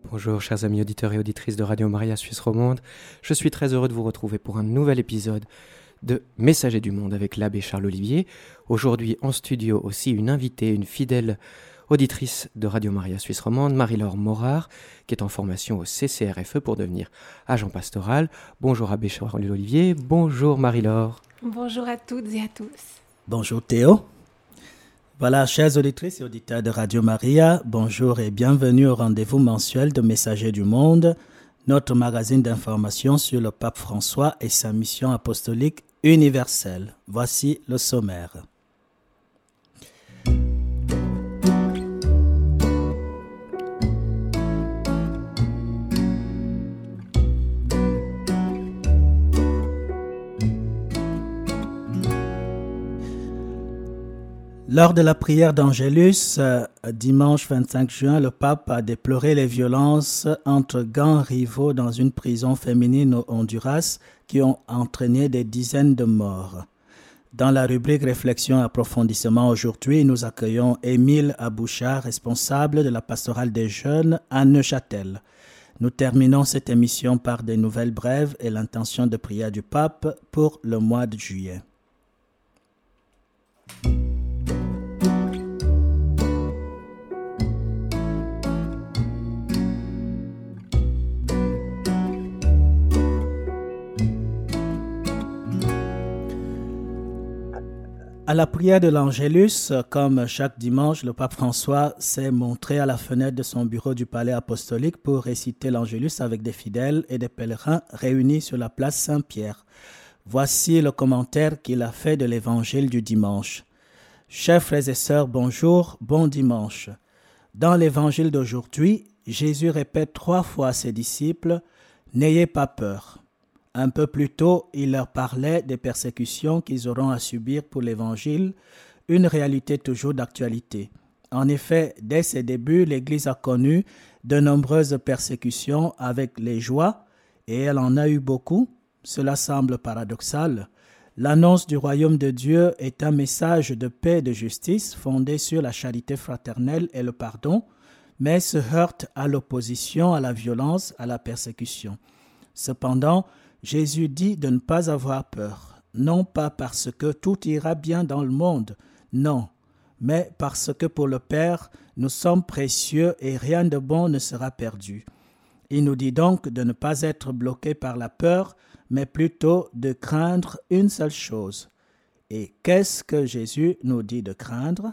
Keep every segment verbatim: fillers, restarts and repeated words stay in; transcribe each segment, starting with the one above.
Bonjour chers amis auditeurs et auditrices de Radio Maria Suisse Romande, je suis très heureux de vous retrouver pour un nouvel épisode de Messager du Monde avec l'abbé Charles Olivier. Aujourd'hui en studio aussi une invitée, une fidèle auditrice de Radio Maria Suisse Romande, Marie-Laure Morard, qui est en formation au C C R F E pour devenir agent pastoral. Bonjour abbé Charles Olivier, bonjour Marie-Laure. Bonjour à toutes et à tous. Bonjour Théo. Voilà, chers auditrices et auditeurs de Radio Maria, bonjour et bienvenue au rendez-vous mensuel de Messager du Monde, notre magazine d'information sur le pape François et sa mission apostolique universelle. Voici le sommaire. Lors de la prière d'Angélus, euh, dimanche vingt-cinq juin, le pape a déploré les violences entre gangs rivaux dans une prison féminine au Honduras qui ont entraîné des dizaines de morts. Dans la rubrique Réflexion et approfondissement aujourd'hui, nous accueillons Émile Abouchard, responsable de la pastorale des jeunes à Neuchâtel. Nous terminons cette émission par des nouvelles brèves et l'intention de prière du pape pour le mois de juillet. À la prière de l'Angélus, comme chaque dimanche, le pape François s'est montré à la fenêtre de son bureau du palais apostolique pour réciter l'Angélus avec des fidèles et des pèlerins réunis sur la place Saint-Pierre. Voici le commentaire qu'il a fait de l'évangile du dimanche. Chers frères et sœurs, bonjour, bon dimanche. Dans l'évangile d'aujourd'hui, Jésus répète trois fois à ses disciples « N'ayez pas peur ». Un peu plus tôt, il leur parlait des persécutions qu'ils auront à subir pour l'Évangile, une réalité toujours d'actualité. En effet, dès ses débuts, l'Église a connu de nombreuses persécutions avec les joies, et elle en a eu beaucoup. Cela semble paradoxal. L'annonce du royaume de Dieu est un message de paix et de justice fondé sur la charité fraternelle et le pardon, mais se heurte à l'opposition, à la violence, à la persécution. Cependant, Jésus dit de ne pas avoir peur, non pas parce que tout ira bien dans le monde, non, mais parce que pour le Père, nous sommes précieux et rien de bon ne sera perdu. Il nous dit donc de ne pas être bloqués par la peur, mais plutôt de craindre une seule chose. Et qu'est-ce que Jésus nous dit de craindre?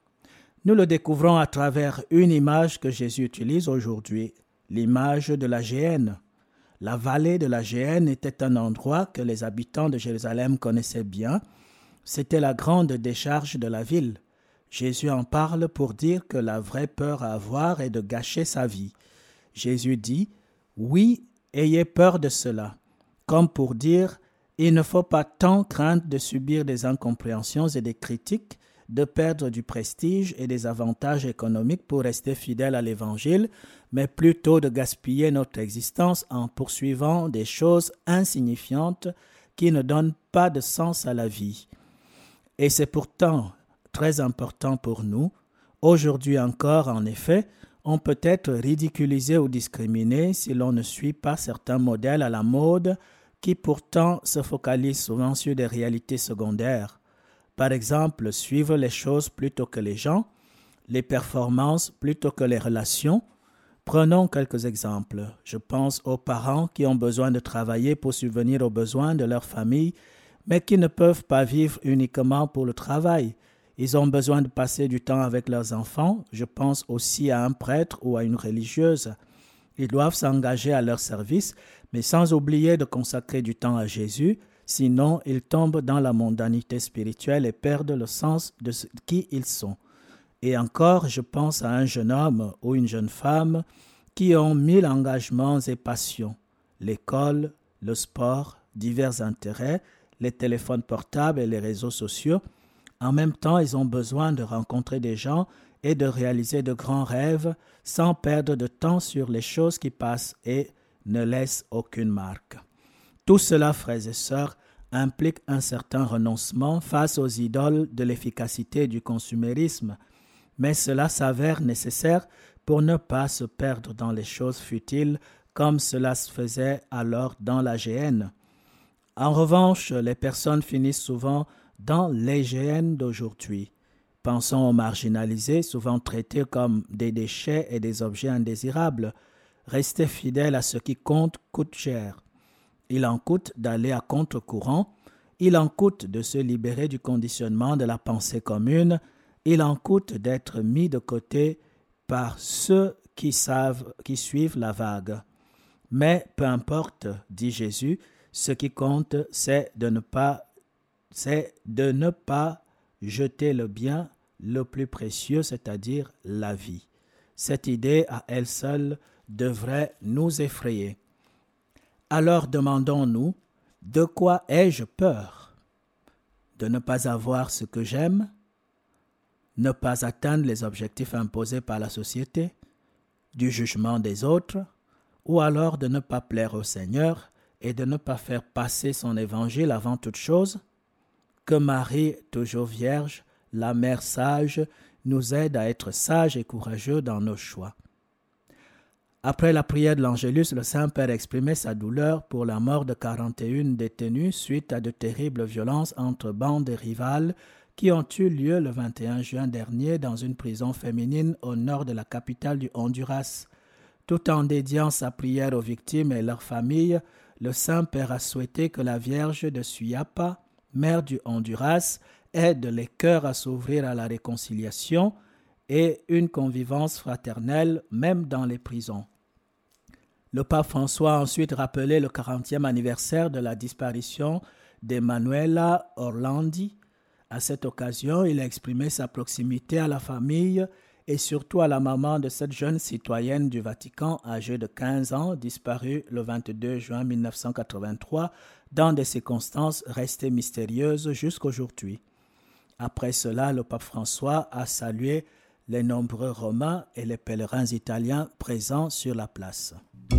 Nous le découvrons à travers une image que Jésus utilise aujourd'hui, l'image de la géhenne. La vallée de la Géhenne était un endroit que les habitants de Jérusalem connaissaient bien. C'était la grande décharge de la ville. Jésus en parle pour dire que la vraie peur à avoir est de gâcher sa vie. Jésus dit « Oui, ayez peur de cela », comme pour dire « Il ne faut pas tant craindre de subir des incompréhensions et des critiques, de perdre du prestige et des avantages économiques pour rester fidèle à l'Évangile, mais plutôt de gaspiller notre existence en poursuivant des choses insignifiantes qui ne donnent pas de sens à la vie. » Et c'est pourtant très important pour nous. Aujourd'hui encore, en effet, on peut être ridiculisé ou discriminé si l'on ne suit pas certains modèles à la mode qui pourtant se focalisent souvent sur des réalités secondaires. Par exemple, suivre les choses plutôt que les gens, les performances plutôt que les relations. Prenons quelques exemples. Je pense aux parents qui ont besoin de travailler pour subvenir aux besoins de leur famille, mais qui ne peuvent pas vivre uniquement pour le travail. Ils ont besoin de passer du temps avec leurs enfants. Je pense aussi à un prêtre ou à une religieuse. Ils doivent s'engager à leur service, mais sans oublier de consacrer du temps à Jésus. Sinon, ils tombent dans la mondanité spirituelle et perdent le sens de ce qui ils sont. Et encore, je pense à un jeune homme ou une jeune femme qui ont mille engagements et passions. L'école, le sport, divers intérêts, les téléphones portables et les réseaux sociaux. En même temps, ils ont besoin de rencontrer des gens et de réaliser de grands rêves sans perdre de temps sur les choses qui passent et ne laissent aucune marque. Tout cela, frères et sœurs, implique un certain renoncement face aux idoles de l'efficacité et du consumérisme. mais cela s'avère nécessaire pour ne pas se perdre dans les choses futiles comme cela se faisait alors dans la géhenne. En revanche, les personnes finissent souvent dans les géhennes d'aujourd'hui. Pensons aux marginalisés, souvent traités comme des déchets et des objets indésirables. Rester fidèle à ce qui compte coûte cher. Il en coûte d'aller à contre-courant, il en coûte de se libérer du conditionnement de la pensée commune, il en coûte d'être mis de côté par ceux qui savent, qui suivent la vague. Mais peu importe, dit Jésus, ce qui compte, c'est de ne pas, c'est de ne pas jeter le bien le plus précieux, c'est-à-dire la vie. Cette idée à elle seule devrait nous effrayer. Alors demandons-nous, de quoi ai-je peur? De ne pas avoir ce que j'aime? Ne pas atteindre les objectifs imposés par la société? Du jugement des autres? Ou alors de ne pas plaire au Seigneur et de ne pas faire passer son évangile avant toute chose? Que Marie, toujours vierge, la mère sage, nous aide à être sages et courageux dans nos choix. Après la prière de l'Angélus, le Saint-Père exprimait sa douleur pour la mort de quarante et un détenus suite à de terribles violences entre bandes rivales qui ont eu lieu le vingt et un juin dernier dans une prison féminine au nord de la capitale du Honduras. Tout en dédiant sa prière aux victimes et leurs familles, le Saint-Père a souhaité que la Vierge de Suyapa, mère du Honduras, aide les cœurs à s'ouvrir à la réconciliation et une convivence fraternelle même dans les prisons. Le pape François a ensuite rappelé le quarantième anniversaire de la disparition d'Emanuela Orlandi. À cette occasion, il a exprimé sa proximité à la famille et surtout à la maman de cette jeune citoyenne du Vatican âgée de quinze ans, disparue le vingt-deux juin mille neuf cent quatre-vingt-trois dans des circonstances restées mystérieuses jusqu'aujourd'hui. Après cela, le pape François a salué les nombreux Romains et les pèlerins italiens présents sur la place.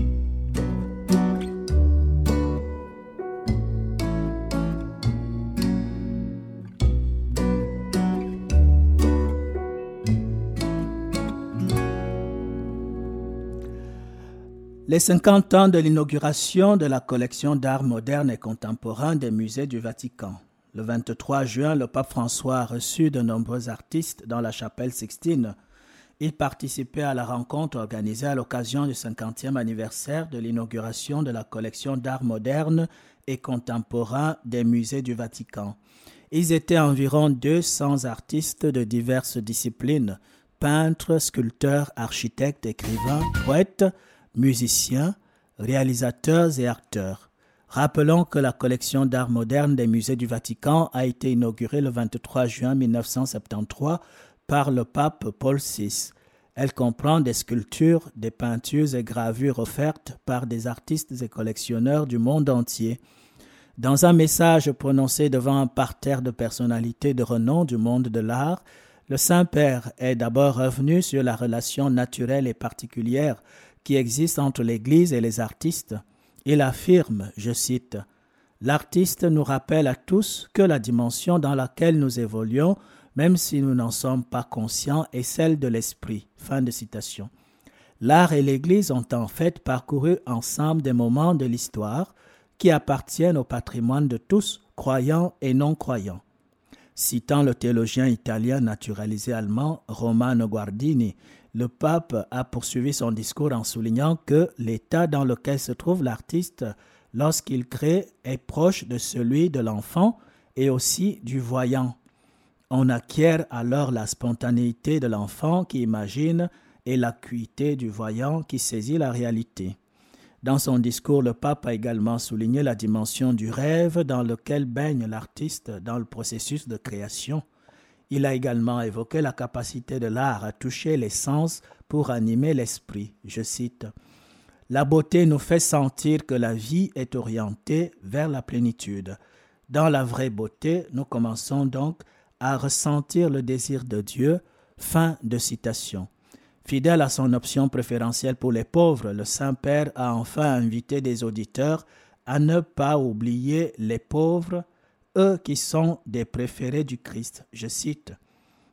Les cinquante ans de l'inauguration de la collection d'art moderne et contemporain des musées du Vatican. Le vingt-trois juin, le pape François a reçu de nombreux artistes dans la chapelle Sixtine. Il participait à la rencontre organisée à l'occasion du cinquantième anniversaire de l'inauguration de la collection d'art moderne et contemporain des musées du Vatican. Ils étaient environ deux cents artistes de diverses disciplines, peintres, sculpteurs, architectes, écrivains, poètes, musiciens, réalisateurs et acteurs. Rappelons que la collection d'art moderne des musées du Vatican a été inaugurée le vingt-trois juin mille neuf cent soixante-treize par le pape Paul six. Elle comprend des sculptures, des peintures et gravures offertes par des artistes et collectionneurs du monde entier. Dans un message prononcé devant un parterre de personnalités de renom du monde de l'art, le Saint-Père est d'abord revenu sur la relation naturelle et particulière qui existe entre l'Église et les artistes. Il affirme, je cite, « L'artiste nous rappelle à tous que la dimension dans laquelle nous évoluons, même si nous n'en sommes pas conscients, est celle de l'esprit. » Fin de citation. L'art et l'Église ont en fait parcouru ensemble des moments de l'histoire qui appartiennent au patrimoine de tous, croyants et non-croyants. Citant le théologien italien naturalisé allemand Romano Guardini, le pape a poursuivi son discours en soulignant que l'état dans lequel se trouve l'artiste lorsqu'il crée est proche de celui de l'enfant et aussi du voyant. On acquiert alors la spontanéité de l'enfant qui imagine et l'acuité du voyant qui saisit la réalité. Dans son discours, le pape a également souligné la dimension du rêve dans lequel baigne l'artiste dans le processus de création. Il a également évoqué la capacité de l'art à toucher les sens pour animer l'esprit. Je cite, « La beauté nous fait sentir que la vie est orientée vers la plénitude. Dans la vraie beauté, nous commençons donc à ressentir le désir de Dieu. » Fin de citation. Fidèle à son option préférentielle pour les pauvres, le Saint-Père a enfin invité des auditeurs à ne pas oublier les pauvres, eux qui sont des préférés du Christ. Je cite,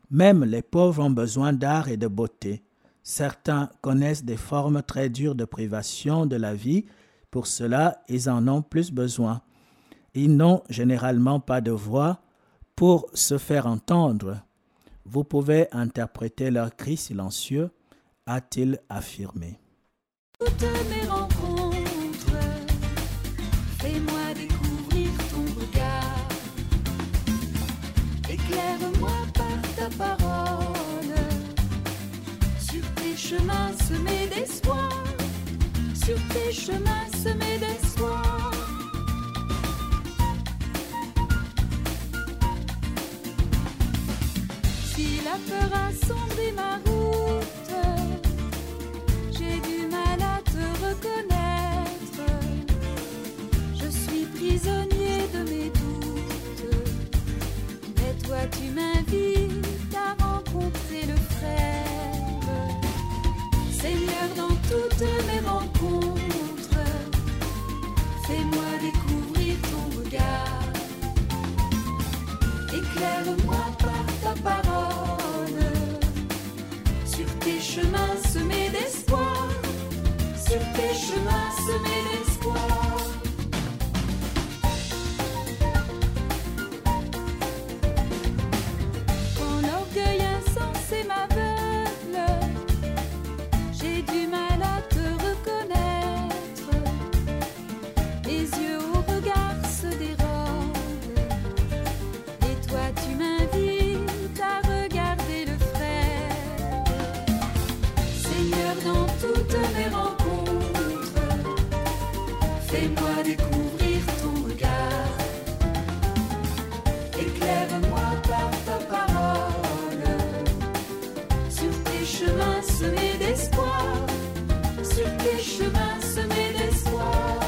Même les pauvres ont besoin d'art et de beauté. Certains connaissent des formes très dures de privation de la vie. Pour cela, ils en ont plus besoin. Ils n'ont généralement pas de voix pour se faire entendre. Vous pouvez interpréter leurs cris silencieux, a-t-il affirmé. Toutes mes rencontres, fais-moi découvrir ton regard. Éclaire-moi par ta parole, sur tes chemins semés d'espoir, sur tes chemins semés d'espoir. Si la peur a sondé ma route, j'ai du mal à te reconnaître. Je suis prisonnier de mes doutes, mais toi tu m'invites à rencontrer le frère. Seigneur, dans toutes mes rencontres, fais-moi découvrir ton regard. Éclaire-moi par ta parole, sur tes chemins semés d'espoir, sur tes chemins semés d'espoir. Quand l'orgueil insensé m'aveugle, j'ai du mal à te reconnaître. Les yeux au regard se dérobent, et toi tu m'invites à regarder le frère. Seigneur, dans toutes mes rencontres, fais-moi découvrir ton regard. Éclaire-moi par ta parole, sur tes chemins semés d'espoir, sur tes chemins semés d'espoir.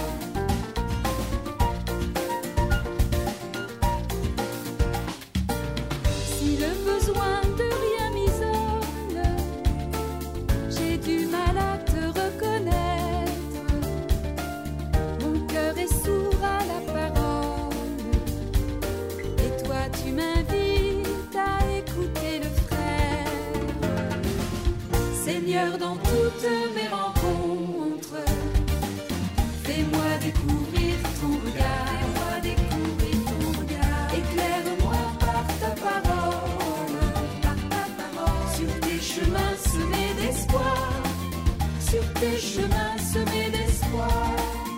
Si le besoin de rien m'isole, j'ai du mal à te reconnaître. Mon cœur est sourd à la parole, et toi tu m'invites à écouter le frère. Seigneur, dans toutes mes rencontres, fais-moi découvrir ton regard. Fais-moi découvrir ton regard. Éclaire-moi par ta parole, par ta parole, sur tes chemins semés d'espoir, sur tes chemins semés d'espoir.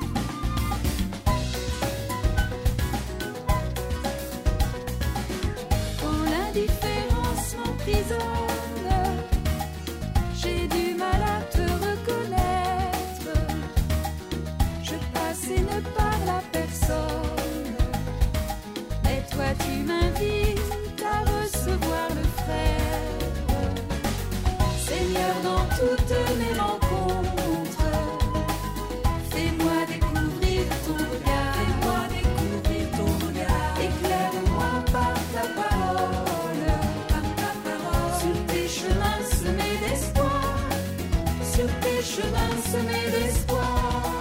Quand l'indifférence m'emprisonne, j'ai du mal à te reconnaître. Je passe et ne parle à personne, mais toi tu m'invites à recevoir le frère. Seigneur, dans toutes mes rencontres, fais-moi découvrir ton regard. Fais-moi découvrir ton regard. Éclaire-moi par ta parole, par ta parole, sur tes chemins semés d'espoir, sur tes chemins semés d'espoir.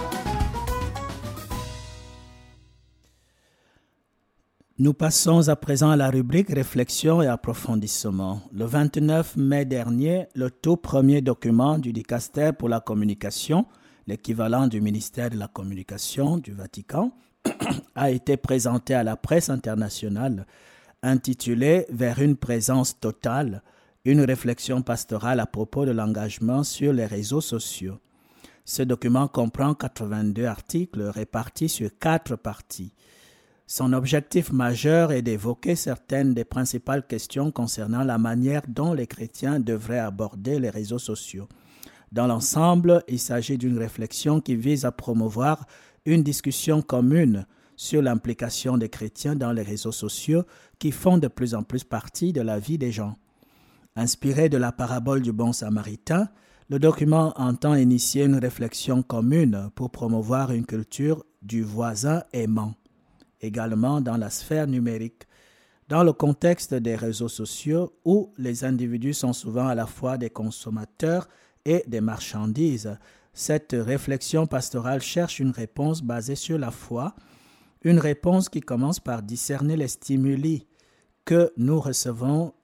Nous passons à présent à la rubrique Réflexion et approfondissement. Le vingt-neuf mai dernier, le tout premier document du Dicaster pour la communication, l'équivalent du ministère de la Communication du Vatican, a été présenté à la presse internationale, intitulé « Vers une présence totale, une réflexion pastorale à propos de l'engagement sur les réseaux sociaux ». Ce document comprend quatre-vingt-deux articles répartis sur quatre parties. Son objectif majeur est d'évoquer certaines des principales questions concernant la manière dont les chrétiens devraient aborder les réseaux sociaux. Dans l'ensemble, il s'agit d'une réflexion qui vise à promouvoir une discussion commune sur l'implication des chrétiens dans les réseaux sociaux qui font de plus en plus partie de la vie des gens. Inspiré de la parabole du bon samaritain, le document entend initier une réflexion commune pour promouvoir une culture du voisin aimant. Également dans la sphère numérique, dans le contexte des réseaux sociaux où les individus sont souvent à la fois des consommateurs et des marchandises. Cette réflexion pastorale cherche une réponse basée sur la foi, une réponse qui commence par discerner les stimuli que nous recevons et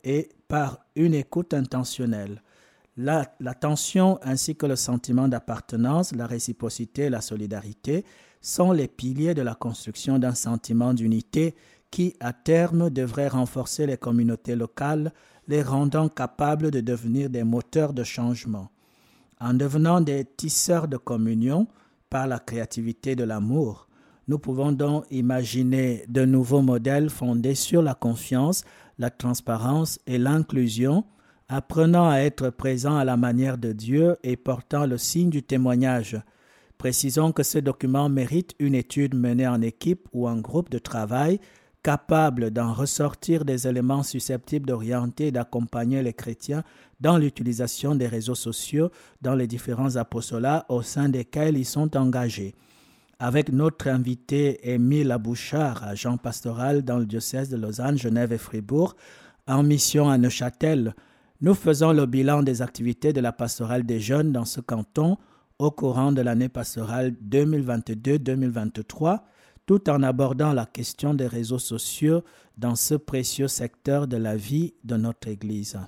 par une écoute intentionnelle. La, l'attention ainsi que le sentiment d'appartenance, la réciprocité et la solidarité sont les piliers de la construction d'un sentiment d'unité qui, à terme, devrait renforcer les communautés locales, les rendant capables de devenir des moteurs de changement. En devenant des tisseurs de communion par la créativité de l'amour, nous pouvons donc imaginer de nouveaux modèles fondés sur la confiance, la transparence et l'inclusion, apprenant à être présents à la manière de Dieu et portant le signe du témoignage. Précisons que ce document mérite une étude menée en équipe ou en groupe de travail, capable d'en ressortir des éléments susceptibles d'orienter et d'accompagner les chrétiens dans l'utilisation des réseaux sociaux dans les différents apostolats au sein desquels ils sont engagés. Avec notre invité Émile Abouchard, agent pastoral dans le diocèse de Lausanne, Genève et Fribourg, en mission à Neuchâtel, nous faisons le bilan des activités de la pastorale des jeunes dans ce canton au courant de l'année pastorale deux mille vingt-deux deux mille vingt-trois, tout en abordant la question des réseaux sociaux dans ce précieux secteur de la vie de notre Église.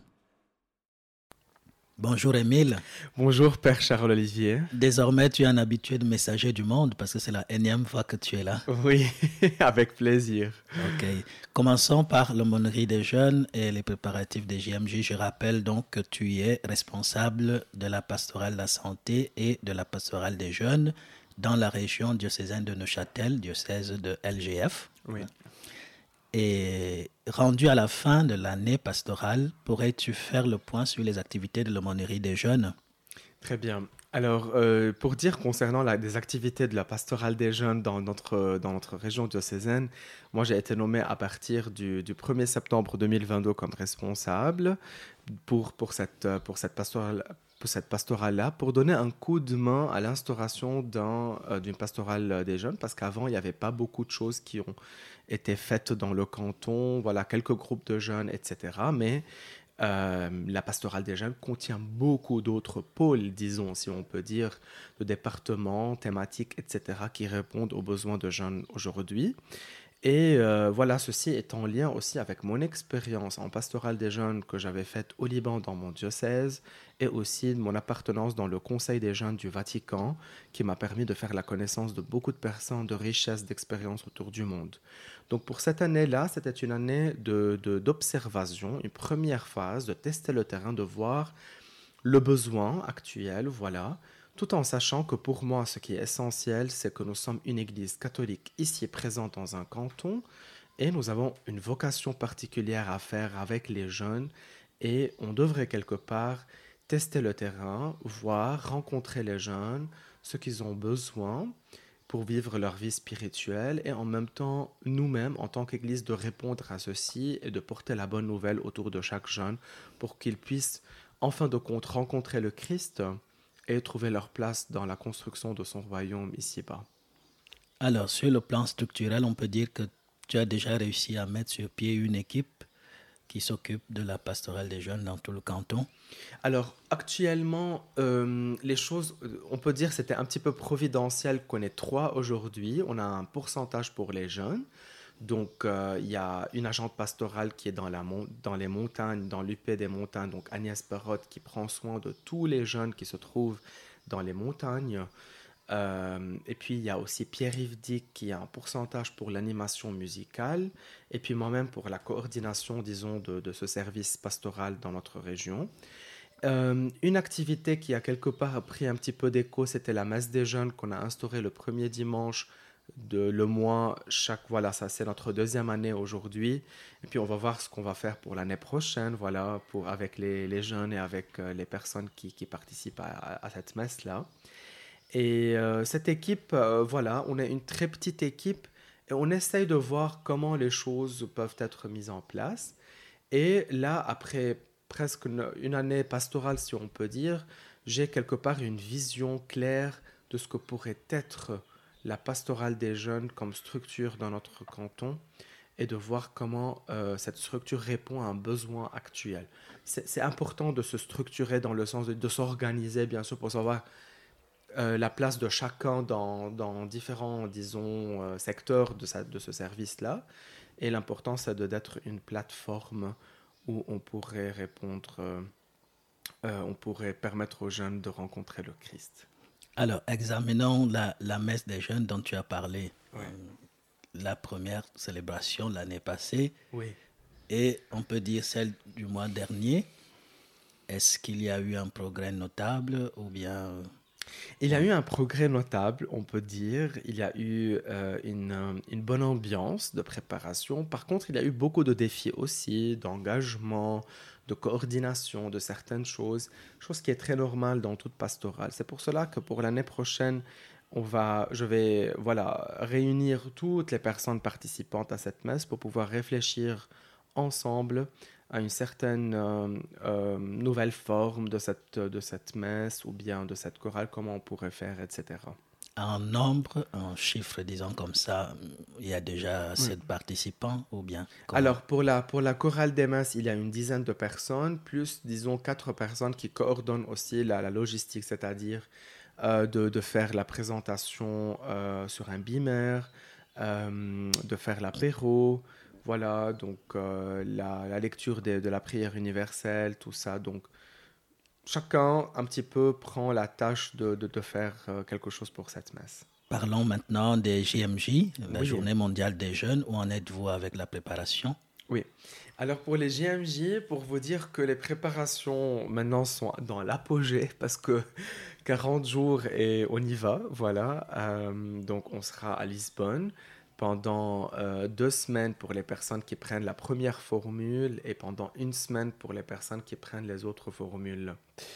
Bonjour Émile. Bonjour Père Charles-Olivier. Désormais, tu es un habitué de Messager du Monde parce que c'est la énième fois que tu es là. Oui, avec plaisir. Ok. Commençons par l'aumônerie des jeunes et les préparatifs des J M J. Je rappelle donc que tu es responsable de la pastorale de la santé et de la pastorale des jeunes dans la région diocésaine de Neuchâtel, diocèse de L G F. Oui. Et rendu à la fin de l'année pastorale, pourrais-tu faire le point sur les activités de l'aumônerie des jeunes? Très bien. Alors, euh, pour dire concernant la, des activités de la pastorale des jeunes dans notre, dans notre région diocésaine, moi j'ai été nommé à partir du, du premier septembre deux mille vingt-deux comme responsable pour, pour, cette, pour cette pastorale. pour cette pastorale-là, pour donner un coup de main à l'instauration d'un, euh, d'une pastorale des jeunes, parce qu'avant, il n'y avait pas beaucoup de choses qui ont été faites dans le canton, voilà, quelques groupes de jeunes, et cetera. Mais euh, la pastorale des jeunes contient beaucoup d'autres pôles, disons, si on peut dire, de départements, thématiques, et cetera, qui répondent aux besoins de jeunes aujourd'hui. Et euh, voilà, ceci est en lien aussi avec mon expérience en pastorale des jeunes que j'avais faite au Liban dans mon diocèse et aussi mon appartenance dans le Conseil des jeunes du Vatican qui m'a permis de faire la connaissance de beaucoup de personnes de richesse d'expérience autour du monde. Donc pour cette année-là, c'était une année de, de, d'observation, une première phase de tester le terrain, de voir le besoin actuel, voilà, tout en sachant que pour moi, ce qui est essentiel, c'est que nous sommes une église catholique ici présente dans un canton et nous avons une vocation particulière à faire avec les jeunes et on devrait quelque part tester le terrain, voir, rencontrer les jeunes, ce qu'ils ont besoin pour vivre leur vie spirituelle et en même temps, nous-mêmes, en tant qu'église, de répondre à ceci et de porter la bonne nouvelle autour de chaque jeune pour qu'ils puissent, en fin de compte, rencontrer le Christ et trouver leur place dans la construction de son royaume ici-bas. Alors, sur le plan structurel, on peut dire que tu as déjà réussi à mettre sur pied une équipe qui s'occupe de la pastorale des jeunes dans tout le canton. Alors, actuellement, euh, les choses, on peut dire que c'était un petit peu providentiel qu'on ait trois aujourd'hui. On a un pourcentage pour les jeunes. Donc, euh, il y a une agente pastorale qui est dans, la mon- dans les montagnes, dans l'U P des montagnes, donc Agnès Perrotte, qui prend soin de tous les jeunes qui se trouvent dans les montagnes. Euh, et puis, il y a aussi Pierre-Yves Dick qui a un pourcentage pour l'animation musicale. Et puis, moi-même pour la coordination, disons, de, de ce service pastoral dans notre région. Euh, une activité qui a quelque part pris un petit peu d'écho, c'était la messe des jeunes qu'on a instaurée le premier dimanche de le mois, chaque, voilà, ça c'est notre deuxième année aujourd'hui, et puis on va voir ce qu'on va faire pour l'année prochaine, voilà, pour, avec les, les jeunes et avec euh, les personnes qui, qui participent à, à, à cette messe-là. Et euh, cette équipe, euh, voilà, on est une très petite équipe, et on essaye de voir comment les choses peuvent être mises en place, et là, après presque une, une année pastorale, si on peut dire, j'ai quelque part une vision claire de ce que pourrait être la pastorale des jeunes comme structure dans notre canton et de voir comment euh, cette structure répond à un besoin actuel. C'est, c'est important de se structurer dans le sens de, de s'organiser, bien sûr, pour savoir euh, la place de chacun dans, dans différents, disons, euh, secteurs de, sa, de ce service-là. Et l'important, c'est de, d'être une plateforme où on pourrait répondre, euh, euh, on pourrait permettre aux jeunes de rencontrer le Christ. Alors, examinons la, la messe des jeunes dont tu as parlé. Ouais. Euh, la première célébration l'année passée, Oui. et on peut dire celle du mois dernier. Est-ce qu'il y a eu un progrès notable ou bien... Il y a eu un progrès notable, on peut dire. Il y a eu euh, une, une bonne ambiance de préparation. Par contre, il y a eu beaucoup de défis aussi, d'engagement, de coordination de certaines choses, chose qui est très normale dans toute pastorale. C'est pour cela que pour l'année prochaine, on va, je vais voilà, réunir toutes les personnes participantes à cette messe pour pouvoir réfléchir ensemble à une certaine euh, euh, nouvelle forme de cette, de cette messe ou bien de cette chorale, comment on pourrait faire, et cetera. En nombre, en chiffres, disons comme ça, il y a déjà assez de participants ou bien comment? Alors, pour la, pour la chorale des messes, il y a une dizaine de personnes, plus, disons, quatre personnes qui coordonnent aussi la, la logistique, c'est-à-dire euh, de, de faire la présentation euh, sur un beamer, euh, de faire l'apéro, voilà, donc euh, la, la lecture de, de la prière universelle, tout ça. Donc, chacun un petit peu prend la tâche de, de, de faire euh, quelque chose pour cette messe. Parlons maintenant des J M J, la Oui. Journée mondiale des jeunes. Où en êtes-vous avec la préparation? Oui. Alors pour les J M J, pour vous dire que les préparations maintenant sont dans l'apogée parce que quarante jours et on y va, voilà. Euh, donc on sera à Lisbonne pendant euh, deux semaines pour les personnes qui prennent la première formule et pendant une semaine pour les personnes qui prennent les autres formules.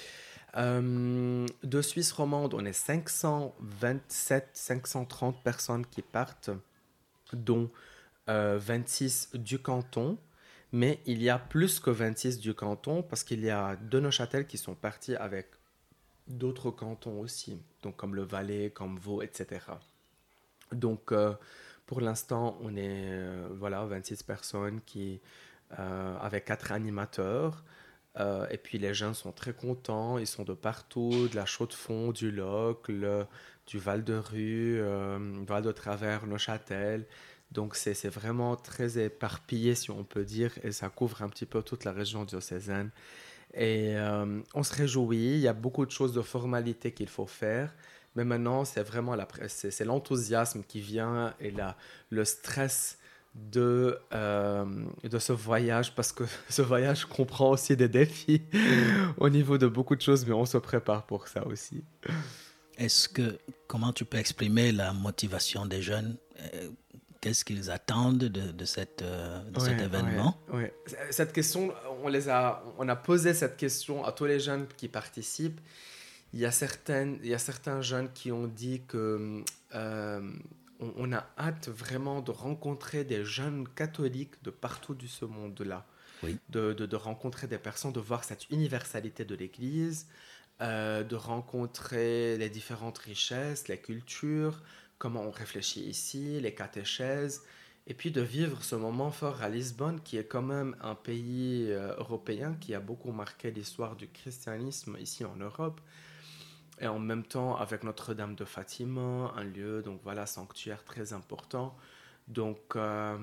Euh, de Suisse romande, on est cinq cent vingt-sept, cinq cent trente personnes qui partent, dont euh, vingt-six du canton. Mais il y a plus que vingt-six du canton parce qu'il y a de Neuchâtel qui sont partis avec d'autres cantons aussi, donc comme le Valais, comme Vaud, et cetera. Donc, euh, pour l'instant, on est euh, voilà, vingt-six personnes qui, euh, avec quatre animateurs. Euh, et puis, les jeunes sont très contents. Ils sont de partout, de la Chaux-de-Fonds, du Locle, du Val-de-Rue, euh, Val-de-Travers, Neuchâtel. Donc, c'est, c'est vraiment très éparpillé, si on peut dire, et ça couvre un petit peu toute la région diocésaine. Et euh, on se réjouit, il y a beaucoup de choses, de formalités qu'il faut faire, mais maintenant, c'est vraiment la, c'est, c'est l'enthousiasme qui vient et la, le stress de, euh, de ce voyage, parce que ce voyage comprend aussi des défis au niveau de beaucoup de choses, mais on se prépare pour ça aussi. Est-ce que, comment tu peux exprimer la motivation des jeunes? Qu'est-ce qu'ils attendent de, de, cette, de ouais, cet événement? ouais, ouais. Cette question, on, les a, on a posé cette question à tous les jeunes qui participent. Il y a, certaines, il y a certains jeunes qui ont dit que euh, on, on a hâte vraiment de rencontrer des jeunes catholiques de partout de ce monde-là. Oui. De, de, de rencontrer des personnes, de voir cette universalité de l'Église, euh, de rencontrer les différentes richesses, les cultures, comment on réfléchit ici, les catéchèses, et puis de vivre ce moment fort à Lisbonne, qui est quand même un pays euh, européen qui a beaucoup marqué l'histoire du christianisme ici en Europe, et en même temps avec Notre-Dame de Fatima, un lieu, donc voilà, sanctuaire très important, donc, euh,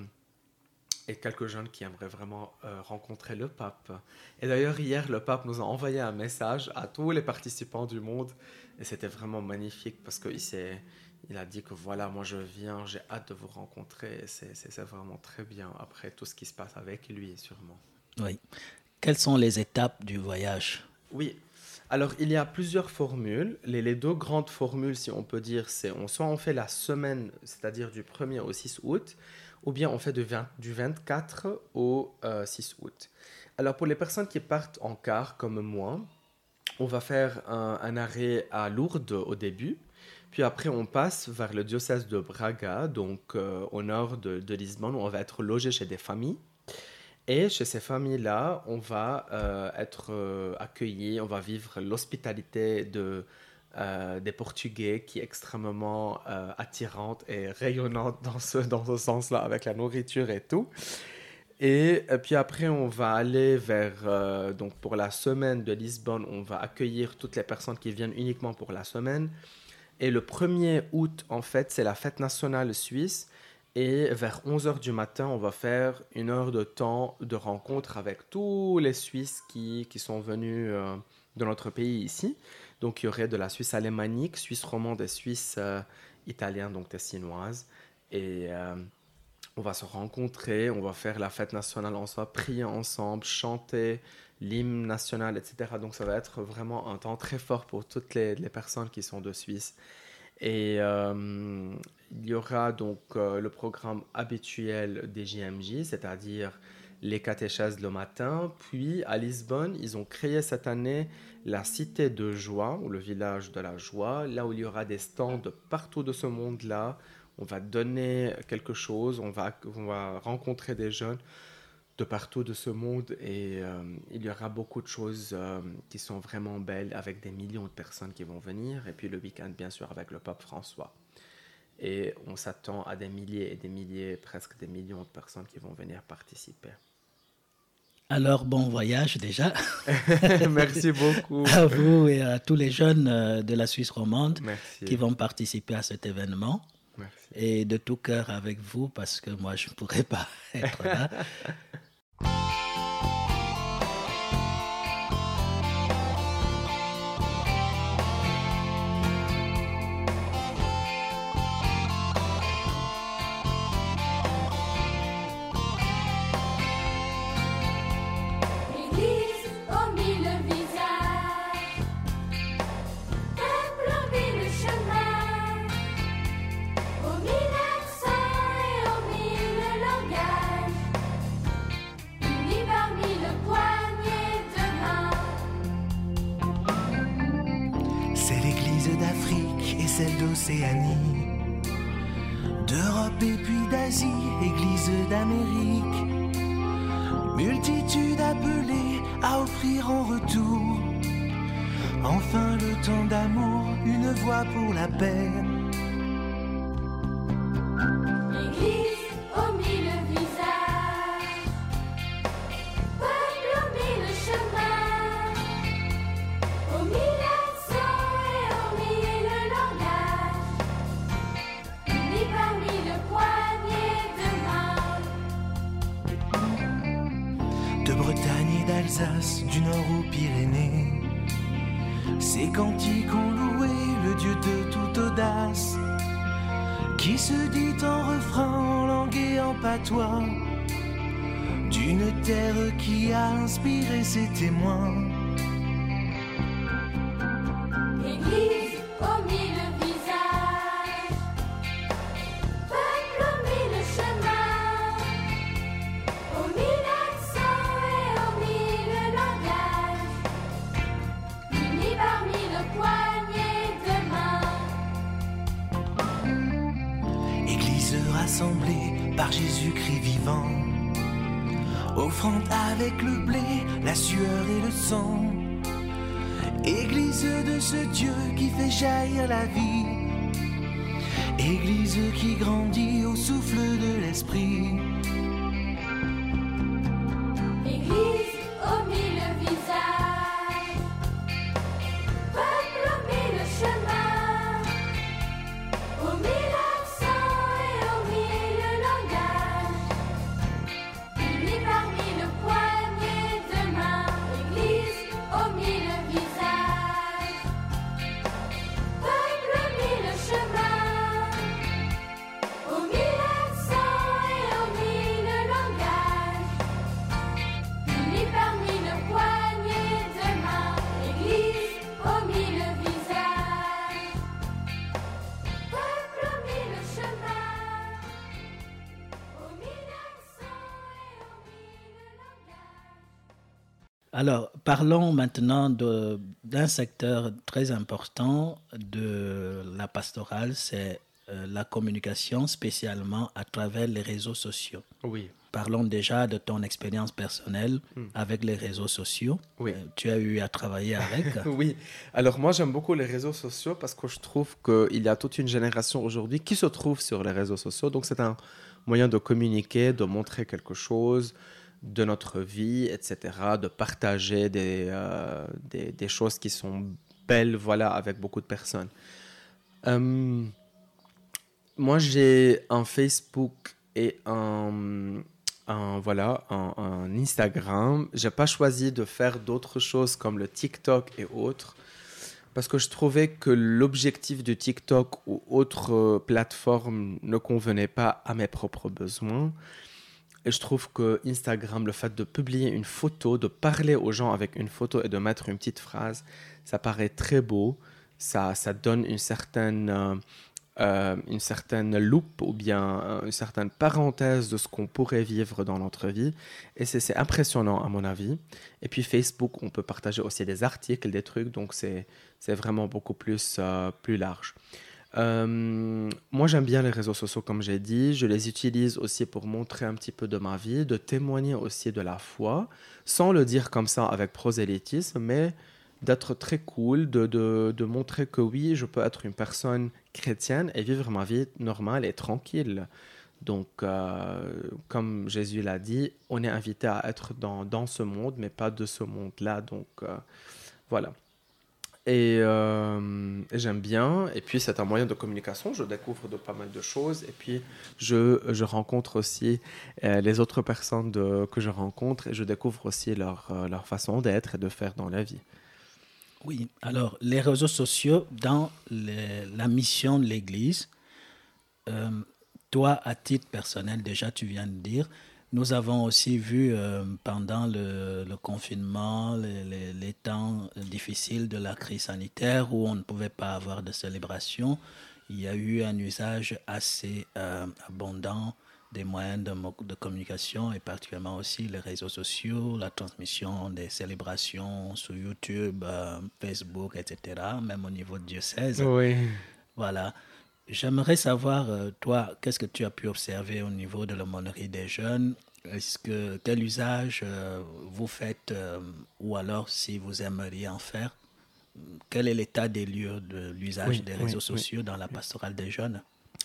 et quelques jeunes qui aimeraient vraiment euh, rencontrer le pape. Et d'ailleurs, hier, le pape nous a envoyé un message à tous les participants du monde, et c'était vraiment magnifique, parce qu'il s'est... Il a dit que voilà, moi je viens, j'ai hâte de vous rencontrer. C'est, c'est, c'est vraiment très bien après tout ce qui se passe avec lui, sûrement. Oui. Quelles sont les étapes du voyage? Oui. Alors, il y a plusieurs formules. Les, les deux grandes formules, si on peut dire, c'est on, soit on fait la semaine, c'est-à-dire du premier au six août, ou bien on fait du, vingt, du vingt-quatre au euh, six août. Alors, pour les personnes qui partent en car, comme moi, on va faire un, un arrêt à Lourdes au début. Puis après, on passe vers le diocèse de Braga, donc euh, au nord de, de Lisbonne, où on va être logé chez des familles. Et chez ces familles-là, on va euh, être euh, accueillis, on va vivre l'hospitalité de, euh, des Portugais, qui est extrêmement euh, attirante et rayonnante dans ce, dans ce sens-là, avec la nourriture et tout. Et, et puis après, on va aller vers, euh, donc pour la semaine de Lisbonne, on va accueillir toutes les personnes qui viennent uniquement pour la semaine. Et le premier août, en fait, c'est la fête nationale suisse. Et vers onze heures du matin, on va faire une heure de temps de rencontre avec tous les Suisses qui, qui sont venus euh, de notre pays ici. Donc, il y aurait de la Suisse alémanique, Suisse romande et Suisse euh, italienne, donc tessinoise. Et euh, on va se rencontrer, on va faire la fête nationale, on va prier ensemble, chanter l'hymne national, et cetera. Donc, ça va être vraiment un temps très fort pour toutes les, les personnes qui sont de Suisse. Et euh, il y aura donc euh, le programme habituel des J M J, c'est-à-dire les catéchèses le matin. Puis à Lisbonne, ils ont créé cette année la Cité de Joie, ou le village de la joie, là où il y aura des stands de partout de ce monde-là. On va donner quelque chose, on va, on va rencontrer des jeunes de partout de ce monde et euh, il y aura beaucoup de choses euh, qui sont vraiment belles avec des millions de personnes qui vont venir et puis le week-end bien sûr avec le pape François et on s'attend à des milliers et des milliers, presque des millions de personnes qui vont venir participer. Alors, bon voyage déjà. Merci beaucoup. À vous et à tous les jeunes de la Suisse romande. Merci. Qui vont participer à cet événement. Merci. Et de tout cœur avec vous parce que moi je ne pourrais pas être là. Celle d'Océanie, d'Europe et puis d'Asie, Église d'Amérique, multitude appelée à offrir en retour, enfin le temps d'amour, une voix pour la paix. Église au mille visages, peuple au mille chemins, au mille d'Alsace, du nord aux Pyrénées, ces cantiques ont loué le Dieu de toute audace, qui se dit en refrain, en langue et en patois, d'une terre qui a inspiré ses témoins. Église aux mille visages, peuple aux mille chemins, aux mille accents et aux mille langages, unis par mille poignées de main. Église rassemblée par Jésus-Christ vivant, offrande avec le blé, la sueur et le sang. Église de ce Dieu qui fait jaillir la vie, Église qui grandit au souffle de l'Esprit. Église aux mille visages, peuple aux mille chemins, aux mille accents et aux mille langages, unis par mille poignées de main. Église aux mille visages, peuple aux mille chemins, aux mille accents et aux mille langages, unis par mille poignées de main. Église aux mille visages, peuple aux mille chemins, aux mille accents et aux mille langages. Alors, parlons maintenant de, d'un secteur très important de la pastorale, c'est euh, la communication, spécialement à travers les réseaux sociaux. Oui. Parlons déjà de ton expérience personnelle Mm. avec les réseaux sociaux. Oui. Euh, tu as eu à travailler avec. Oui, alors moi j'aime beaucoup les réseaux sociaux parce que je trouve qu'il y a toute une génération aujourd'hui qui se trouve sur les réseaux sociaux. Donc c'est un moyen de communiquer, de montrer quelque chose de notre vie, et cetera, de partager des, euh, des, des choses qui sont belles, voilà, avec beaucoup de personnes. Euh, moi, j'ai un Facebook et un, un, voilà, un, un Instagram. Je n'ai pas choisi de faire d'autres choses comme le TikTok et autres parce que je trouvais que l'objectif de TikTok ou autre euh, plateforme ne convenait pas à mes propres besoins. Et je trouve que Instagram, le fait de publier une photo, de parler aux gens avec une photo et de mettre une petite phrase, ça paraît très beau. Ça, ça donne une certaine, euh, euh, une certaine loupe ou bien euh, une certaine parenthèse de ce qu'on pourrait vivre dans notre vie. Et c'est, c'est impressionnant à mon avis. Et puis Facebook, on peut partager aussi des articles, des trucs. Donc c'est, c'est vraiment beaucoup plus, euh, plus large. Euh, moi, j'aime bien les réseaux sociaux, comme j'ai dit. Je les utilise aussi pour montrer un petit peu de ma vie, de témoigner aussi de la foi, sans le dire comme ça avec prosélytisme, mais d'être très cool, de, de, de montrer que oui, je peux être une personne chrétienne et vivre ma vie normale et tranquille. Donc, euh, comme Jésus l'a dit, on est invité à être dans, dans ce monde, mais pas de ce monde-là. Donc, euh, voilà. Et, euh, et j'aime bien. Et puis, c'est un moyen de communication. Je découvre de pas mal de choses. Et puis, je, je rencontre aussi euh, les autres personnes de, que je rencontre et je découvre aussi leur, euh, leur façon d'être et de faire dans la vie. Oui, alors les réseaux sociaux dans les, la mission de l'Église, euh, toi, à titre personnel, déjà, tu viens de dire, nous avons aussi vu euh, pendant le, le confinement, les, les, les temps difficiles de la crise sanitaire où on ne pouvait pas avoir de célébration, il y a eu un usage assez euh, abondant des moyens de, de communication et particulièrement aussi les réseaux sociaux, la transmission des célébrations sur YouTube, euh, Facebook, et cetera, même au niveau de diocèse. Oui. Voilà. J'aimerais savoir, euh, toi, qu'est-ce que tu as pu observer au niveau de l'aumônerie des jeunes? Est-ce que, quel usage euh, vous faites euh, ou alors si vous aimeriez en faire? Quel est l'état des lieux de l'usage oui, des oui, réseaux sociaux oui. dans la pastorale des jeunes?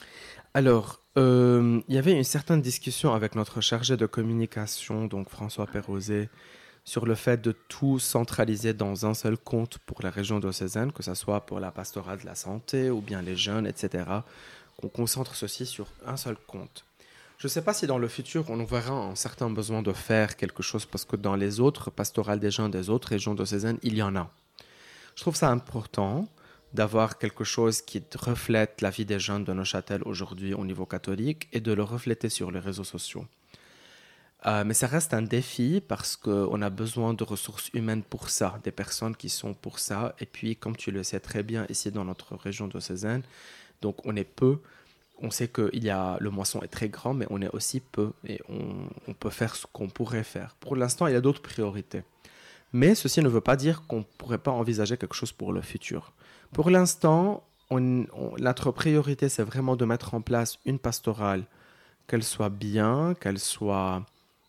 Alors, euh, il y avait une certaine discussion avec notre chargé de communication, donc François Perrosé, sur le fait de tout centraliser dans un seul compte pour la région diocésaine, que ce soit pour la pastorale de la santé ou bien les jeunes, et cetera, qu'on concentre ceci sur un seul compte. Je ne sais pas si dans le futur, on verra un certain besoin de faire quelque chose, parce que dans les autres pastorales des jeunes des autres régions diocésaines, il y en a. Je trouve ça important d'avoir quelque chose qui reflète la vie des jeunes de Neuchâtel aujourd'hui au niveau catholique et de le refléter sur les réseaux sociaux. Euh, mais ça reste un défi parce qu'on a besoin de ressources humaines pour ça, des personnes qui sont pour ça. Et puis, comme tu le sais très bien, ici dans notre région diocésaine, donc on est peu. On sait que il y a, le moisson est très grand, mais on est aussi peu et on, on peut faire ce qu'on pourrait faire. Pour l'instant, il y a d'autres priorités. Mais ceci ne veut pas dire qu'on ne pourrait pas envisager quelque chose pour le futur. Pour l'instant, on, on, notre priorité, c'est vraiment de mettre en place une pastorale, qu'elle soit bien, qu'elle soit...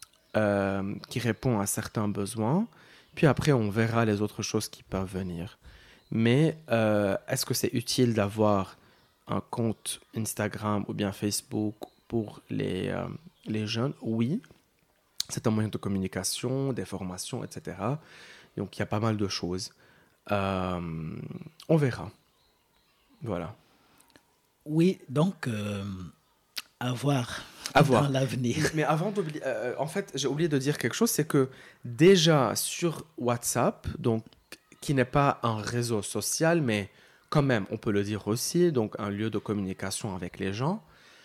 Euh, qui répond à certains besoins, puis après on verra les autres choses qui peuvent venir. Mais euh, est-ce que c'est utile d'avoir un compte Instagram ou bien Facebook pour les, euh, les jeunes? Oui, c'est un moyen de communication, des formations, et cetera. Donc il y a pas mal de choses. Euh, on verra. Voilà. Oui, donc euh, à voir. À voir. Dans l'avenir. Mais avant d'oublier, euh, en fait, j'ai oublié de dire quelque chose, c'est que déjà sur WhatsApp, donc qui n'est pas un réseau social, mais quand même, on peut le dire aussi, donc un lieu de communication avec les gens,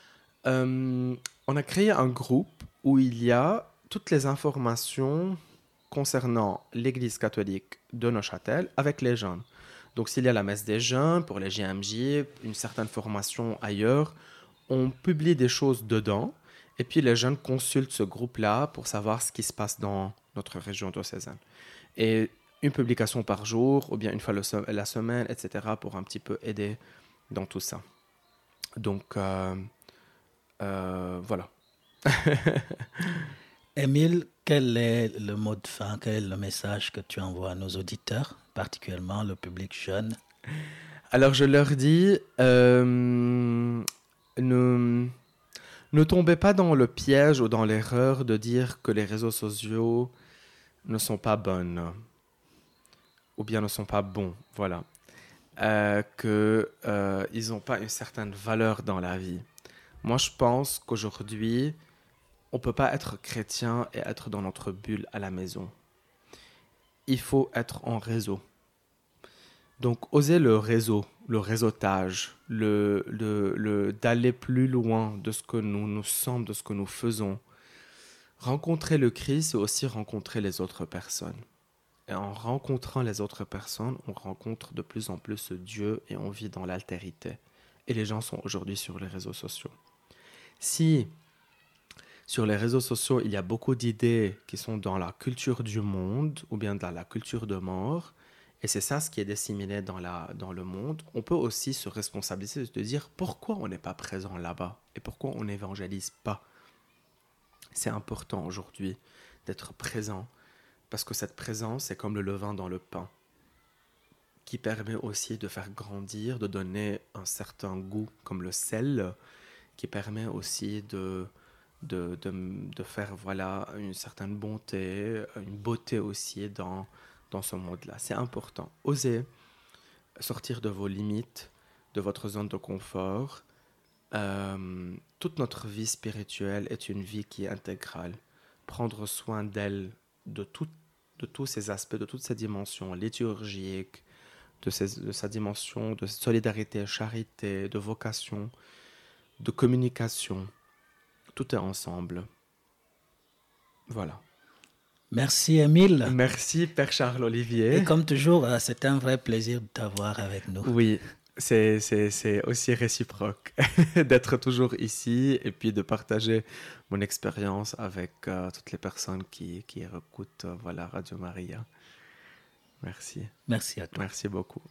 euh, on a créé un groupe où il y a toutes les informations concernant l'Église catholique de Neuchâtel avec les jeunes. Donc s'il y a la messe des jeunes, pour les J M J, une certaine formation ailleurs, on publie des choses dedans, et puis les jeunes consultent ce groupe-là pour savoir ce qui se passe dans notre région diocésaine. Et une publication par jour, ou bien une fois le se- la semaine, et cetera, pour un petit peu aider dans tout ça. Donc, euh, euh, voilà. Émile, quel est le mot de fin, quel est le message que tu envoies à nos auditeurs, particulièrement le public jeune? Alors, je leur dis... Euh, Ne, ne tombez pas dans le piège ou dans l'erreur de dire que les réseaux sociaux ne sont pas bonnes ou bien ne sont pas bons. Voilà. euh, qu'ils euh, n'ont pas une certaine valeur dans la vie. Moi, je pense qu'aujourd'hui, on ne peut pas être chrétien et être dans notre bulle à la maison. Il faut être en réseau. Donc, oser le réseau, le réseautage, le, le, le, d'aller plus loin de ce que nous nous sommes, de ce que nous faisons. Rencontrer le Christ, c'est aussi rencontrer les autres personnes. Et en rencontrant les autres personnes, on rencontre de plus en plus ce Dieu et on vit dans l'altérité. Et les gens sont aujourd'hui sur les réseaux sociaux. Si sur les réseaux sociaux, il y a beaucoup d'idées qui sont dans la culture du monde ou bien dans la culture de mort, et c'est ça ce qui est disséminé dans, la, dans le monde, on peut aussi se responsabiliser de dire pourquoi on n'est pas présent là-bas et pourquoi on n'évangélise pas. C'est important aujourd'hui d'être présent parce que cette présence est comme le levain dans le pain qui permet aussi de faire grandir, de donner un certain goût comme le sel qui permet aussi de, de, de, de faire voilà, une certaine bonté, une beauté aussi dans dans ce monde-là. C'est important. Osez sortir de vos limites, de votre zone de confort. Euh, toute notre vie spirituelle est une vie qui est intégrale. Prendre soin d'elle, de, tout, de tous ces aspects, de toutes ces dimensions liturgiques, de, ces, de sa dimension de solidarité, charité, de vocation, de communication. Tout est ensemble. Voilà. Merci, Émile. Merci, Père Charles-Olivier. Et comme toujours, c'est un vrai plaisir de t'avoir avec nous. Oui, c'est, c'est, c'est aussi réciproque d'être toujours ici et puis de partager mon expérience avec euh, toutes les personnes qui, qui écoutent euh, voilà, Radio Maria. Merci. Merci à toi. Merci beaucoup.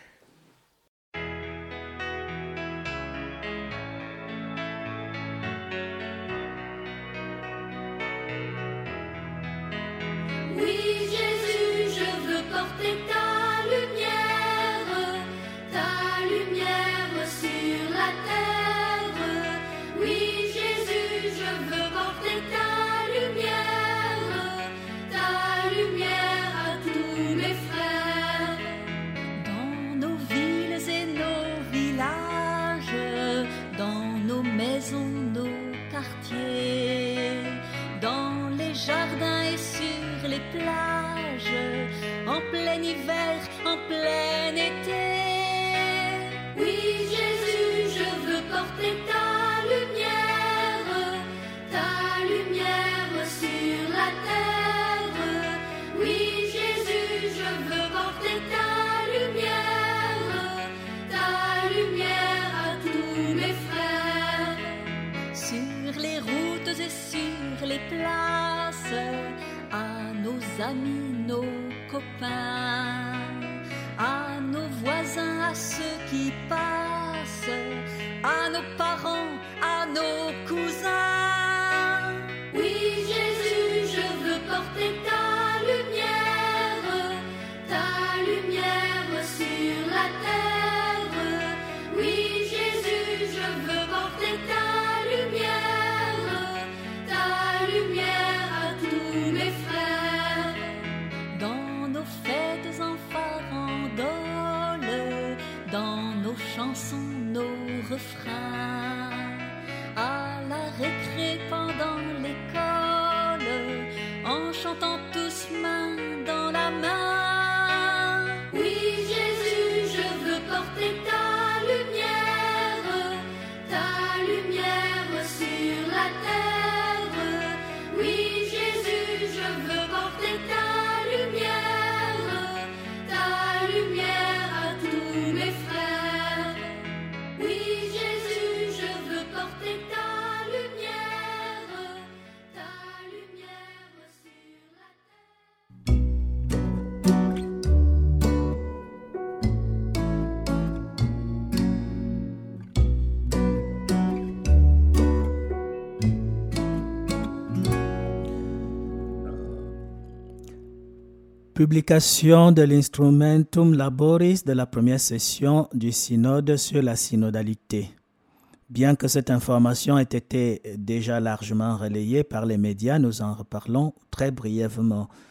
En plein hiver, en plein été. Oui, Jésus, je veux porter ta lumière, ta lumière sur la terre. Oui, Jésus, je veux porter ta lumière, ta lumière à tous mes frères. Sur les routes et sur les places, à nos amis, nos copains, à nos voisins, à ceux qui passent, à nos parents, à nos cousins. Oui, Jésus, je veux porter ta lumière, ta lumière sur la terre. Oui, Jésus, je veux porter ta lumière, ta lumière à tous mes frères. Dans nos fêtes en farandole, dans nos chansons, nos refrains, à la récré pendant l'école, en chantant tous main dans la main. Oui, Jésus, je veux porter ta lumière, ta lumière sur la terre. Oui, Jésus, je veux porter ta lumière, ta lumière à tous mes frères. Oui, Jésus, je veux porter ta lumière, ta lumière sur la terre. Publication de l'Instrumentum Laboris de la première session du synode sur la synodalité. Bien que cette information ait été déjà largement relayée par les médias, nous en reparlons très brièvement.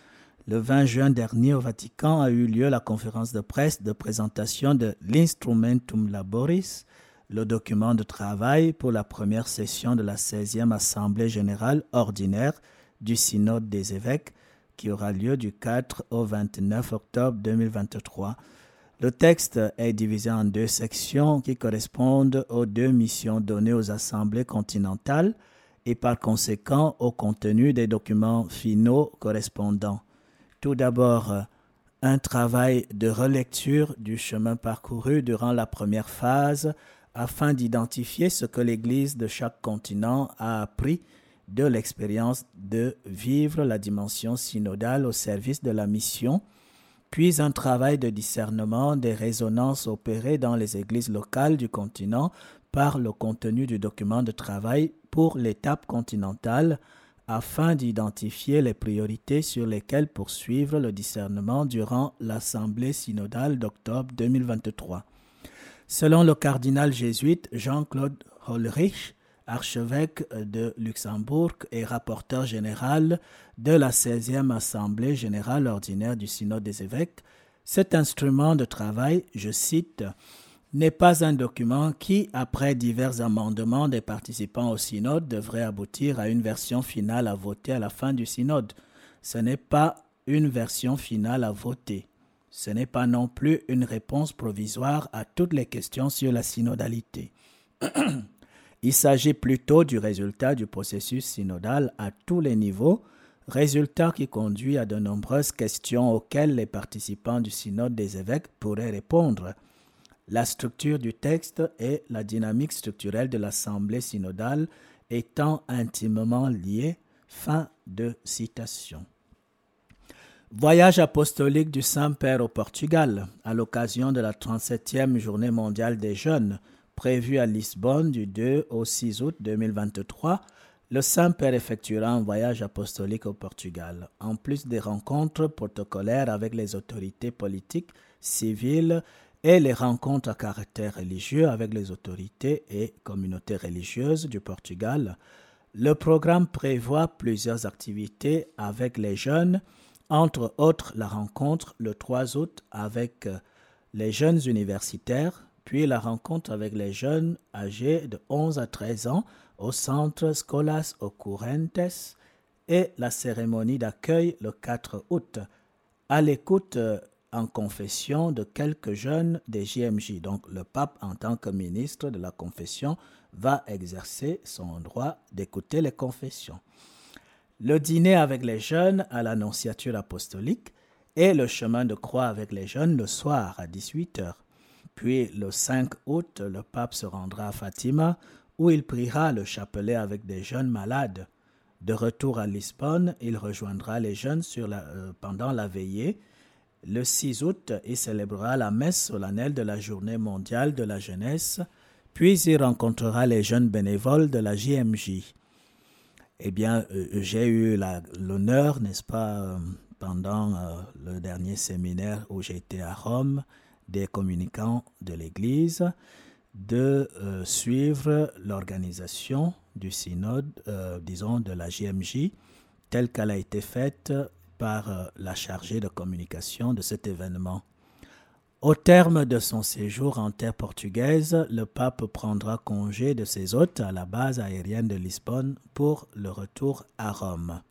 le vingt juin dernier au Vatican a eu lieu la conférence de presse de présentation de l'Instrumentum Laboris, le document de travail pour la première session de la seizième Assemblée générale ordinaire du Synode des évêques qui aura lieu du quatre au vingt-neuf octobre deux mille vingt-trois. Le texte est divisé en deux sections qui correspondent aux deux missions données aux assemblées continentales et par conséquent au contenu des documents finaux correspondants. Tout d'abord, un travail de relecture du chemin parcouru durant la première phase afin d'identifier ce que l'Église de chaque continent a appris de l'expérience de vivre la dimension synodale au service de la mission, puis un travail de discernement des résonances opérées dans les églises locales du continent par le contenu du document de travail pour l'étape continentale, afin d'identifier les priorités sur lesquelles poursuivre le discernement durant l'Assemblée synodale d'octobre deux mille vingt-trois. Selon le cardinal jésuite Jean-Claude Holrich, archevêque de Luxembourg et rapporteur général de la seizième Assemblée générale ordinaire du Synode des évêques, cet instrument de travail, je cite, n'est pas un document qui, après divers amendements des participants au synode, devrait aboutir à une version finale à voter à la fin du synode. Ce n'est pas une version finale à voter. Ce n'est pas non plus une réponse provisoire à toutes les questions sur la synodalité. Il s'agit plutôt du résultat du processus synodal à tous les niveaux, résultat qui conduit à de nombreuses questions auxquelles les participants du synode des évêques pourraient répondre. La structure du texte et la dynamique structurelle de l'Assemblée synodale étant intimement liées. Fin de citation. Voyage apostolique du Saint-Père au Portugal à l'occasion de la trente-septième Journée mondiale des jeunes prévue à Lisbonne du deux au six août deux mille vingt-trois. Le Saint-Père effectuera un voyage apostolique au Portugal. En plus des rencontres protocolaires avec les autorités politiques, civiles et les rencontres à caractère religieux avec les autorités et communautés religieuses du Portugal, le programme prévoit plusieurs activités avec les jeunes, entre autres la rencontre le trois août avec les jeunes universitaires, puis la rencontre avec les jeunes âgés de onze à treize ans au centre Scolas Occurrentes et la cérémonie d'accueil le quatre août, à l'écoute en confession de quelques jeunes des J M J. Donc le pape, en tant que ministre de la confession, va exercer son droit d'écouter les confessions. Le dîner avec les jeunes à l'annonciature apostolique et le chemin de croix avec les jeunes le soir à dix-huit heures. Puis le cinq août, le pape se rendra à Fatima où il priera le chapelet avec des jeunes malades. De retour à Lisbonne, il rejoindra les jeunes sur la, euh, pendant la veillée. Le six août, il célébrera la messe solennelle de la Journée mondiale de la jeunesse, puis il rencontrera les jeunes bénévoles de la J M J. Eh bien, euh, j'ai eu la, l'honneur, n'est-ce pas, euh, pendant euh, le dernier séminaire où j'ai été à Rome, des communicants de l'Église, de euh, suivre l'organisation du synode, euh, disons, de la J M J, telle qu'elle a été faite par euh, la chargée de communication de cet événement. Au terme de son séjour en terre portugaise, le pape prendra congé de ses hôtes à la base aérienne de Lisbonne pour le retour à Rome.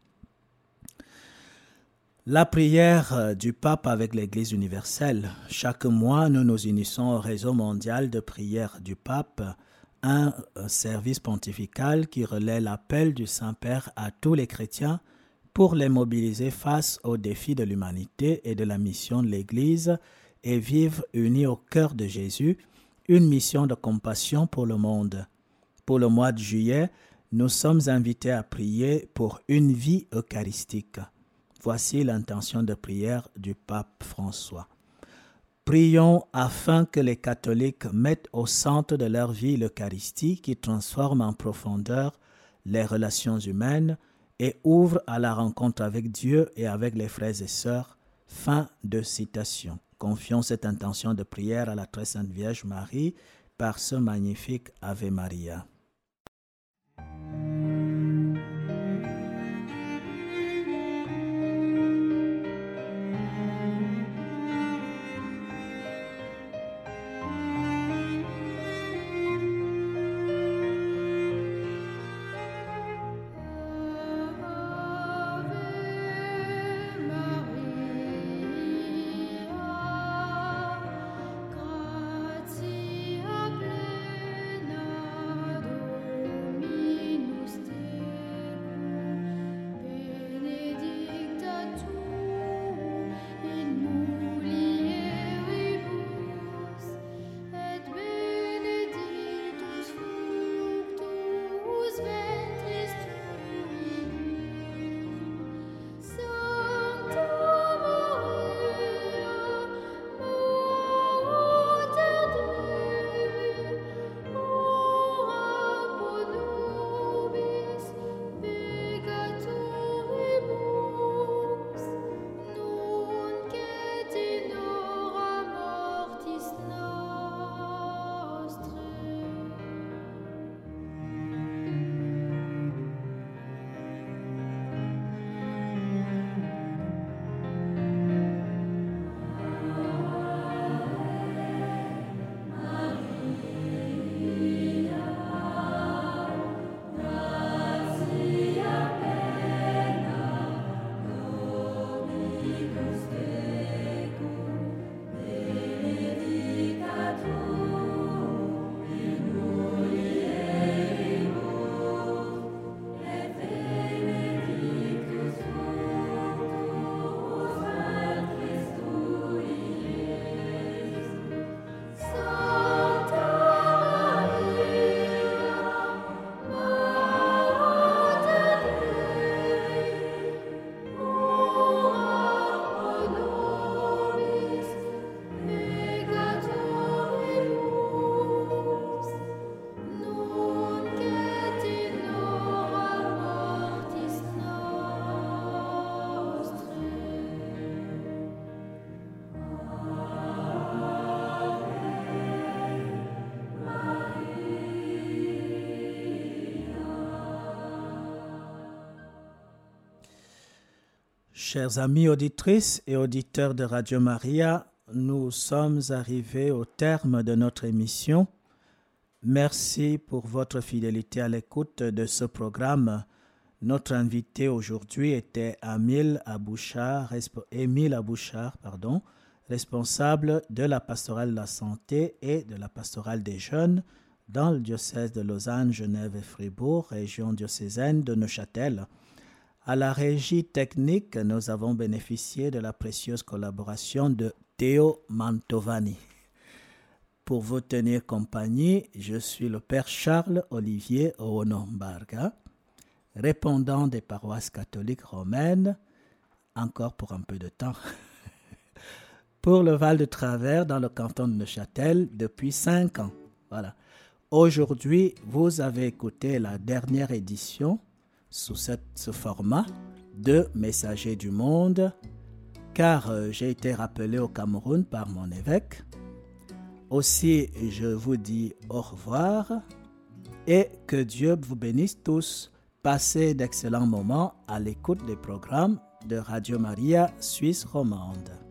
La prière du pape avec l'Église universelle. Chaque mois, nous nous unissons au réseau mondial de prière du pape, un service pontifical qui relaie l'appel du Saint-Père à tous les chrétiens pour les mobiliser face aux défis de l'humanité et de la mission de l'Église et vivre unis au cœur de Jésus, une mission de compassion pour le monde. Pour le mois de juillet, nous sommes invités à prier pour une vie eucharistique. Voici l'intention de prière du pape François. Prions afin que les catholiques mettent au centre de leur vie l'Eucharistie qui transforme en profondeur les relations humaines et ouvre à la rencontre avec Dieu et avec les frères et sœurs. Fin de citation. Confions cette intention de prière à la très sainte Vierge Marie par ce magnifique Ave Maria. Chers amis auditrices et auditeurs de Radio Maria, nous sommes arrivés au terme de notre émission. Merci pour votre fidélité à l'écoute de ce programme. Notre invité aujourd'hui était Émile Abouchard, resp- Émile Abouchard, pardon, responsable de la pastorale de la santé et de la pastorale des jeunes dans le diocèse de Lausanne, Genève et Fribourg, région diocésaine de Neuchâtel. À la régie technique, nous avons bénéficié de la précieuse collaboration de Théo Mantovani. Pour vous tenir compagnie, je suis le Père Charles-Olivier Owonombarga, répondant des paroisses catholiques romaines, encore pour un peu de temps, pour le Val de Travers dans le canton de Neuchâtel depuis cinq ans. Voilà. Aujourd'hui, vous avez écouté la dernière édition sous cette, ce format de Messager du Monde, car euh, j'ai été rappelé au Cameroun par mon évêque. Aussi, je vous dis au revoir et que Dieu vous bénisse tous. Passez d'excellents moments à l'écoute des programmes de Radio Maria Suisse romande.